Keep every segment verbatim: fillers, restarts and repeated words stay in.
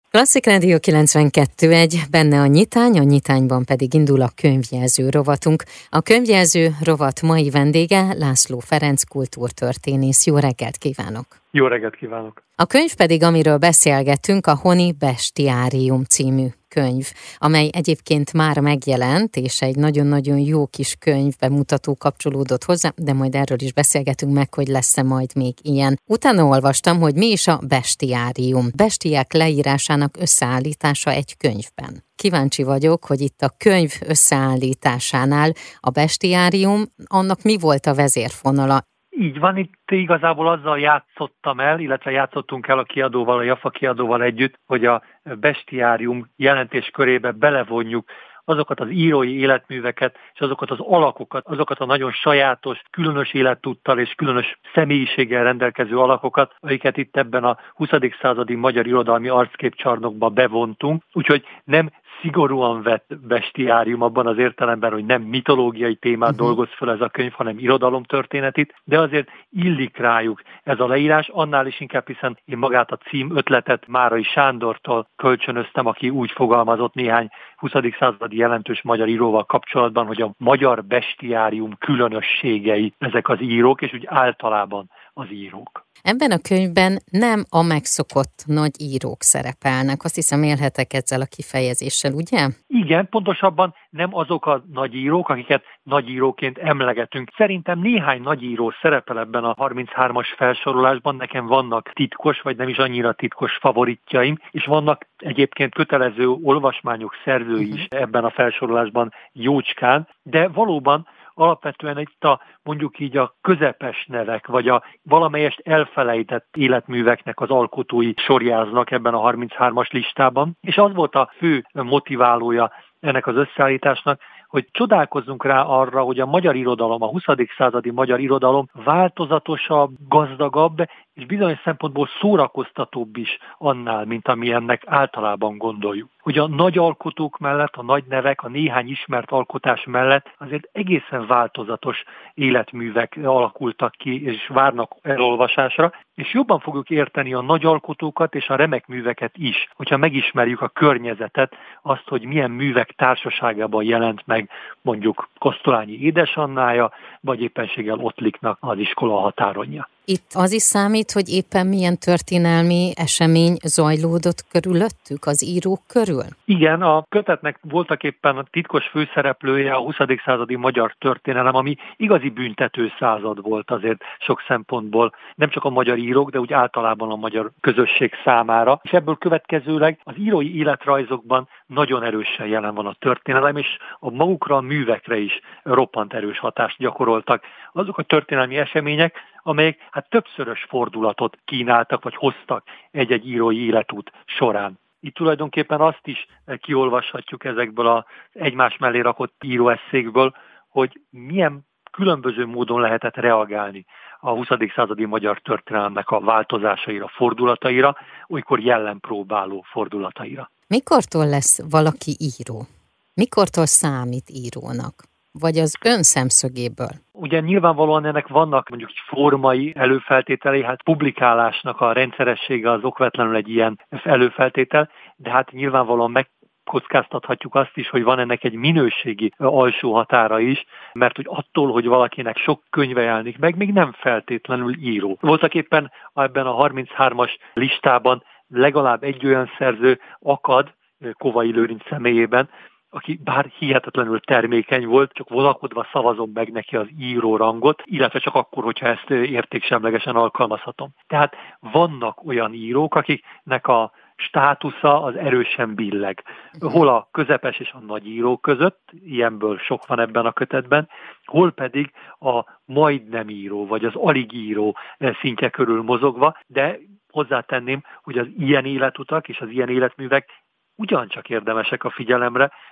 Klasszik Rádió kilencvenkettő egy, benne a nyitány, a nyitányban pedig indul a könyvjelző rovatunk. A könyvjelző rovat mai vendége László Ferenc kultúrtörténész. Jó reggelt kívánok! Jó reggelt kívánok! A könyv pedig, amiről beszélgetünk, a Honi Bestiárium című könyv, amely egyébként már megjelent, és egy nagyon-nagyon jó kis könyv bemutató kapcsolódott hozzá, de majd erről is beszélgetünk meg, hogy lesz-e majd még ilyen. Utána olvastam, hogy mi is a bestiárium. Bestiák leírásának összeállítása egy könyvben. Kíváncsi vagyok, hogy itt a könyv összeállításánál a bestiárium, annak mi volt a vezérfonala? Így van, itt igazából azzal játszottam el, illetve játszottunk el a kiadóval, a Jaffa kiadóval együtt, hogy a bestiárium jelentés körébe belevonjuk azokat az írói életműveket, és azokat az alakokat, azokat a nagyon sajátos, különös életúttal és különös személyiséggel rendelkező alakokat, amiket itt ebben a huszadik századi magyar irodalmi arcképcsarnokba bevontunk. Úgyhogy nem szigorúan vett bestiárium abban az értelemben, hogy nem mitológiai témát uh-huh. dolgoz föl ez a könyv, hanem irodalomtörténetit, de azért illik rájuk ez a leírás, annál is inkább, hiszen én magát a cím ötletet Márai Sándortól kölcsönöztem, aki úgy fogalmazott néhány huszadik századi jelentős magyar íróval kapcsolatban, hogy a magyar bestiárium különösségei ezek az írók, és úgy általában az írók. Ebben a könyvben nem a megszokott nagy írók szerepelnek. Azt hiszem, élhetek ezzel a kifejezéssel, ugye? Igen, pontosabban nem azok a nagyírók, akiket nagyíróként emlegetünk. Szerintem néhány nagyíró szerepel ebben a harminchármas felsorolásban. Nekem vannak titkos, vagy nem is annyira titkos favoritjaim, és vannak egyébként kötelező olvasmányok szerzői is ebben a felsorolásban jócskán, de valóban alapvetően itt a mondjuk így a közepes nevek, vagy a valamelyest elfelejtett életműveknek az alkotói sorjáznak ebben a harminchármas listában, és az volt a fő motiválója ennek az összeállításnak, hogy csodálkozzunk rá arra, hogy a magyar irodalom, a huszadik századi magyar irodalom változatosabb, gazdagabb, és bizonyos szempontból szórakoztatóbb is annál, mint ami ennek általában gondoljuk. Hogy a nagy alkotók mellett, a nagy nevek, a néhány ismert alkotás mellett azért egészen változatos életművek alakultak ki, és várnak elolvasásra, és jobban fogjuk érteni a nagy alkotókat és a remek műveket is, hogyha megismerjük a környezetet, azt, hogy milyen művek társaságában jelent meg mondjuk Kosztolányi édesannája, vagy éppenséggel Ottliknak az Iskola határonja. Itt az is számít, hogy éppen milyen történelmi esemény zajlódott körülöttük, az írók körül? Igen, a kötetnek voltak éppen a titkos főszereplője a huszadik századi magyar történelem, ami igazi büntető század volt azért sok szempontból, nem csak a magyar írók, de úgy általában a magyar közösség számára. És ebből következőleg az írói életrajzokban nagyon erősen jelen van a történelem, és a magukra a művekre is roppant erős hatást gyakoroltak azok a történelmi események, amelyek hát többszörös fordulatot kínáltak, vagy hoztak egy-egy írói életút során. Itt tulajdonképpen azt is kiolvashatjuk ezekből az egymás mellé rakott íróesszékből, hogy milyen különböző módon lehetett reagálni a huszadik századi magyar történelemnek a változásaira, fordulataira, olykor jellenpróbáló fordulataira. Mikortól lesz valaki író? Mikortól számít írónak? Vagy az ön szemszögéből? Ugye nyilvánvalóan ennek vannak mondjuk formai előfeltételei, hát publikálásnak a rendszeressége az okvetlenül egy ilyen előfeltétel, de hát nyilvánvalóan megkockáztathatjuk azt is, hogy van ennek egy minőségi alsó határa is, mert hogy attól, hogy valakinek sok könyve jelenik meg, még nem feltétlenül író. Voltak éppen ebben a harminchármas listában legalább egy olyan szerző akad, Kovai Lőrinc személyében, aki bár hihetetlenül termékeny volt, csak vonakodva szavazom meg neki az író rangot, illetve csak akkor, hogyha ezt értéksemlegesen alkalmazhatom. Tehát vannak olyan írók, akiknek a státusza az erősen billeg. Hol a közepes és a nagy írók között, ilyenből sok van ebben a kötetben, hol pedig a majdnem író, vagy az alig író szintje körül mozogva, de hozzátenném, hogy az ilyen életutak és az ilyen életművek ugyancsak érdemesek a figyelemre,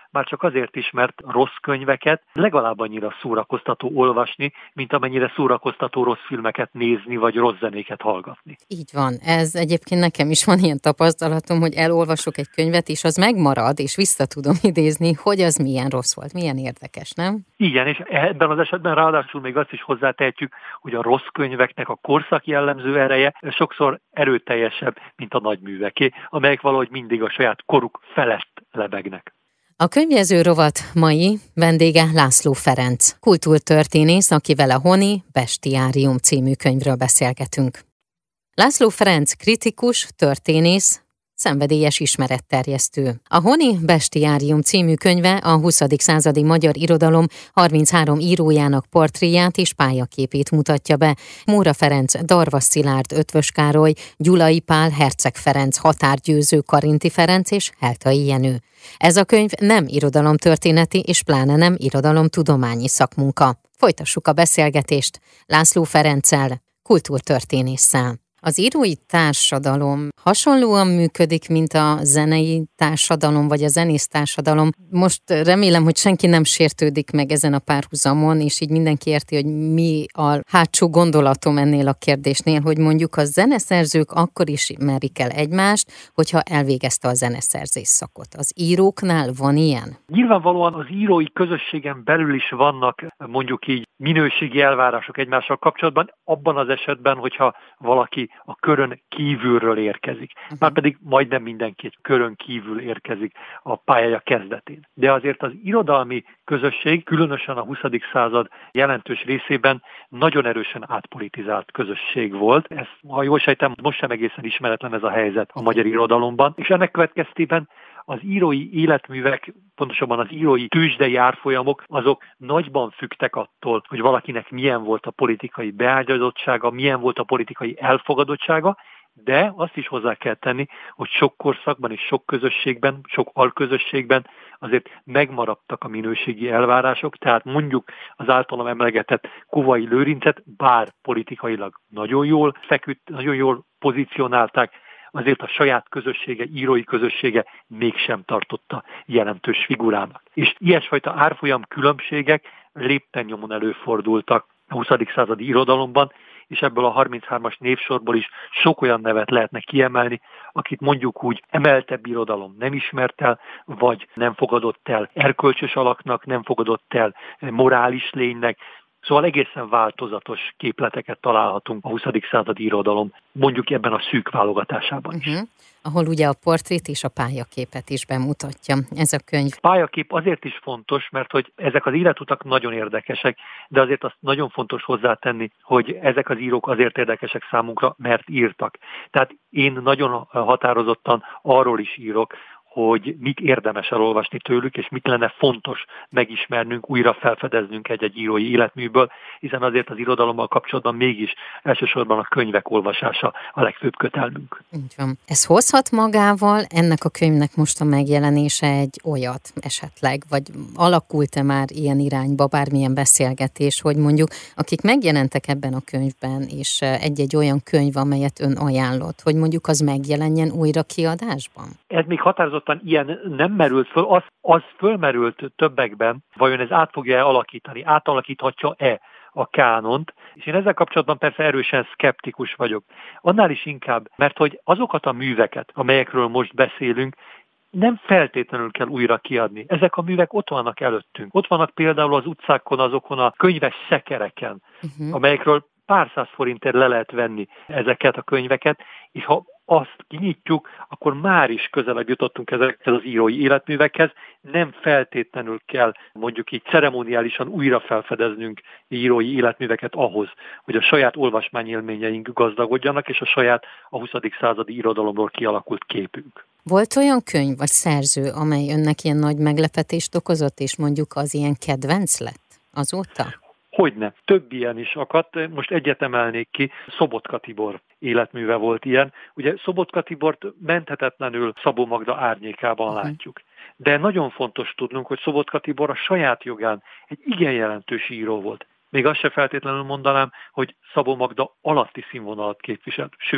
már csak azért is, mert rossz könyveket legalább annyira szórakoztató olvasni, mint amennyire szórakoztató rossz filmeket nézni, vagy rossz zenéket hallgatni. Így van. Ez egyébként nekem is van ilyen tapasztalatom, hogy elolvasok egy könyvet, és az megmarad, és vissza tudom idézni, hogy az milyen rossz volt, milyen érdekes, nem? Igen, és ebben az esetben ráadásul még azt is hozzátehetjük, hogy a rossz könyveknek a korszak jellemző ereje sokszor erőteljesebb, mint a nagyműveké, amelyek valahogy mindig a saját koruk felett lebegnek. A könyvjegyző rovat mai vendége László Ferenc, kultúrtörténész, akivel a Honi Bestiárium című könyvről beszélgetünk. László Ferenc kritikus, történész, szenvedélyes ismeretterjesztő. A Honi Bestiárium című könyve a huszadik századi magyar irodalom harminchárom írójának portréját és pályaképét mutatja be. Móra Ferenc, Darvas Szilárd, Ötvös Károly, Gyulai Pál, Herceg Ferenc, Határgyőző, Karinti Ferenc és Heltai Jenő. Ez a könyv nem irodalomtörténeti és pláne nem irodalomtudományi szakmunka. Folytassuk a beszélgetést László Ferenccel, kultúrtörténésszel. Az írói társadalom hasonlóan működik, mint a zenei társadalom, vagy a zenész társadalom. Most remélem, hogy senki nem sértődik meg ezen a párhuzamon, és így mindenki érti, hogy mi a hátsó gondolatom ennél a kérdésnél, hogy mondjuk a zeneszerzők akkor is ismerik el egymást, hogyha elvégezte a zeneszerzés szakot. Az íróknál van ilyen? Nyilvánvalóan az írói közösségen belül is vannak mondjuk így minőségi elvárások egymással kapcsolatban, abban az esetben, hogyha valaki a körön kívülről érkezik. Márpedig majdnem mindenki körön kívül érkezik a pályája kezdetén. De azért az irodalmi közösség, különösen a huszadik század jelentős részében nagyon erősen átpolitizált közösség volt. Ez, ha jól sejtem, most sem egészen ismeretlen ez a helyzet a magyar irodalomban, és ennek következtében az írói életművek, pontosabban az írói tőzsdei árfolyamok, azok nagyban függtek attól, hogy valakinek milyen volt a politikai beágyazottsága, milyen volt a politikai elfogadottsága, de azt is hozzá kell tenni, hogy sok korszakban és sok közösségben, sok alközösségben azért megmaradtak a minőségi elvárások, tehát mondjuk az általam emlegetett Kovai Lőrincet, bár politikailag nagyon jól feküdt, nagyon jól pozícionálták, azért a saját közössége, írói közössége mégsem tartotta jelentős figurának. És ilyesfajta árfolyam különbségek lépten nyomon előfordultak a huszadik századi irodalomban, és ebből a harminchármas névsorból is sok olyan nevet lehetne kiemelni, akit mondjuk úgy emeltebb irodalom nem ismert el, vagy nem fogadott el erkölcsös alaknak, nem fogadott el morális lénynek. Szóval egészen változatos képleteket találhatunk a huszadik századi irodalom, mondjuk ebben a szűk válogatásában is. Uh-huh. Ahol ugye a portrét és a pályaképet is bemutatja ez a könyv. A pályakép azért is fontos, mert hogy ezek az életutak nagyon érdekesek, de azért azt nagyon fontos hozzátenni, hogy ezek az írók azért érdekesek számunkra, mert írtak. Tehát én nagyon határozottan arról is írok, hogy mit érdemes elolvasni tőlük, és mit lenne fontos megismernünk, újra felfedeznünk egy-egy írói életműből, hiszen azért az irodalommal kapcsolatban mégis elsősorban a könyvek olvasása a legfőbb kötelmünk. Így van. Ez hozhat magával ennek a könyvnek most a megjelenése egy olyat esetleg, vagy alakult-e már ilyen irányba bármilyen beszélgetés, hogy mondjuk akik megjelentek ebben a könyvben, és egy-egy olyan könyv, amelyet ön ajánlott, hogy mondjuk az megjelenjen újra kiadásban? Ez még határozott ilyen nem merült föl, az, az fölmerült többekben, vajon ez át fogja alakítani, átalakíthatja-e a kánont, és én ezzel kapcsolatban persze erősen szkeptikus vagyok. Annál is inkább, mert hogy azokat a műveket, amelyekről most beszélünk, nem feltétlenül kell újra kiadni. Ezek a művek ott vannak előttünk. Ott vannak például az utcákon, azokon a könyves szekereken, uh-huh. amelyekről pár száz forintért le lehet venni ezeket a könyveket, és ha azt kinyitjuk, akkor már is közelebb jutottunk ezekhez az írói életművekhez, nem feltétlenül kell mondjuk így ceremoniálisan újra felfedeznünk írói életműveket ahhoz, hogy a saját olvasmányélményeink gazdagodjanak, és a saját a huszadik századi irodalomról kialakult képünk. Volt olyan könyv vagy szerző, amely önnek ilyen nagy meglepetést okozott, és mondjuk az ilyen kedvenc lett azóta? Hogyne. Több ilyen is akadt. Most egyet emelnék ki. Szobotka Tibor életműve volt ilyen. Ugye Szobotka Tibort menthetetlenül Szabó Magda árnyékában uh-huh. látjuk. De nagyon fontos tudnunk, hogy Szobotka Tibor a saját jogán egy igen jelentős író volt. Még azt se feltétlenül mondanám, hogy Szabó Magda alatti színvonalat képviselt. Sőt,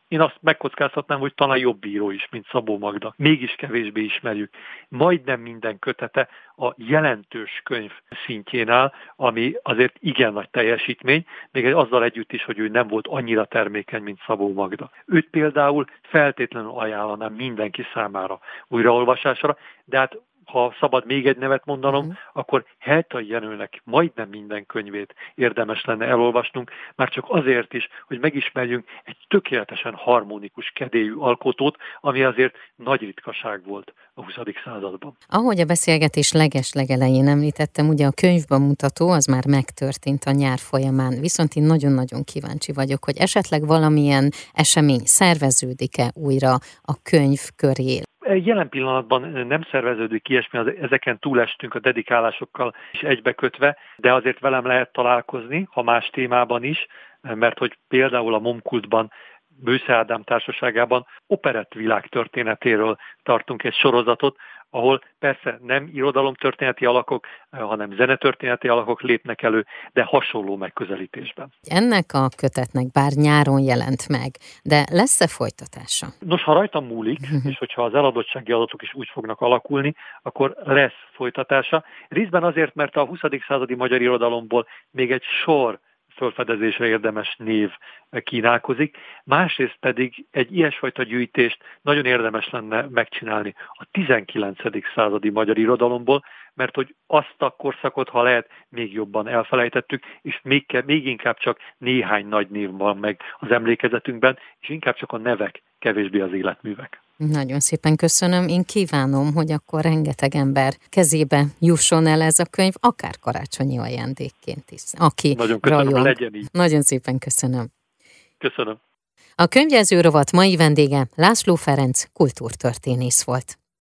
Én azt megkockáztatnám, hogy talán jobb író is, mint Szabó Magda. Mégis kevésbé ismerjük. Majdnem minden kötete a jelentős könyv szintjén áll, ami azért igen nagy teljesítmény, még azzal együtt is, hogy ő nem volt annyira termékeny, mint Szabó Magda. Őt például feltétlenül ajánlanám mindenki számára újraolvasásra, de hát ha szabad még egy nevet mondanom, uh-huh. akkor Heltai Jenőnek majdnem minden könyvét érdemes lenne elolvasnunk, már csak azért is, hogy megismerjünk egy tökéletesen harmonikus kedélyű alkotót, ami azért nagy ritkaság volt a huszadik században. Ahogy a beszélgetés leges-legelején említettem, ugye a könyvbemutató az már megtörtént a nyár folyamán, viszont én nagyon-nagyon kíváncsi vagyok, hogy esetleg valamilyen esemény szerveződik-e újra a könyv köré. Jelen pillanatban nem szerveződik ilyesmi, ezeken túlestünk a dedikálásokkal is egybekötve, de azért velem lehet találkozni, ha más témában is, mert hogy például a Momkultban, Bősze Ádám társaságában operett világ történetéről tartunk egy sorozatot, ahol persze nem irodalomtörténeti alakok, hanem zenetörténeti alakok lépnek elő, de hasonló megközelítésben. Ennek a kötetnek bár nyáron jelent meg, de lesz-e folytatása? Nos, ha rajtam múlik, és hogyha az eladottsági adatok is úgy fognak alakulni, akkor lesz folytatása. Részben azért, mert a huszadik századi magyar irodalomból még egy sor fölfedezésre érdemes név kínálkozik, másrészt pedig egy ilyesfajta gyűjtést nagyon érdemes lenne megcsinálni a tizenkilencedik századi magyar irodalomból, mert hogy azt a korszakot, ha lehet, még jobban elfelejtettük, és még, még inkább csak néhány nagy név van meg az emlékezetünkben, és inkább csak a nevek, kevésbé az életművek. Nagyon szépen köszönöm. Én kívánom, hogy akkor rengeteg ember kezébe jusson el ez a könyv, akár karácsonyi ajándékként is. Aki Nagyon köszönöm, rajong. Legyen így. Nagyon szépen köszönöm. Köszönöm. A könyvjelző rovat mai vendége László Ferenc kultúrtörténész volt.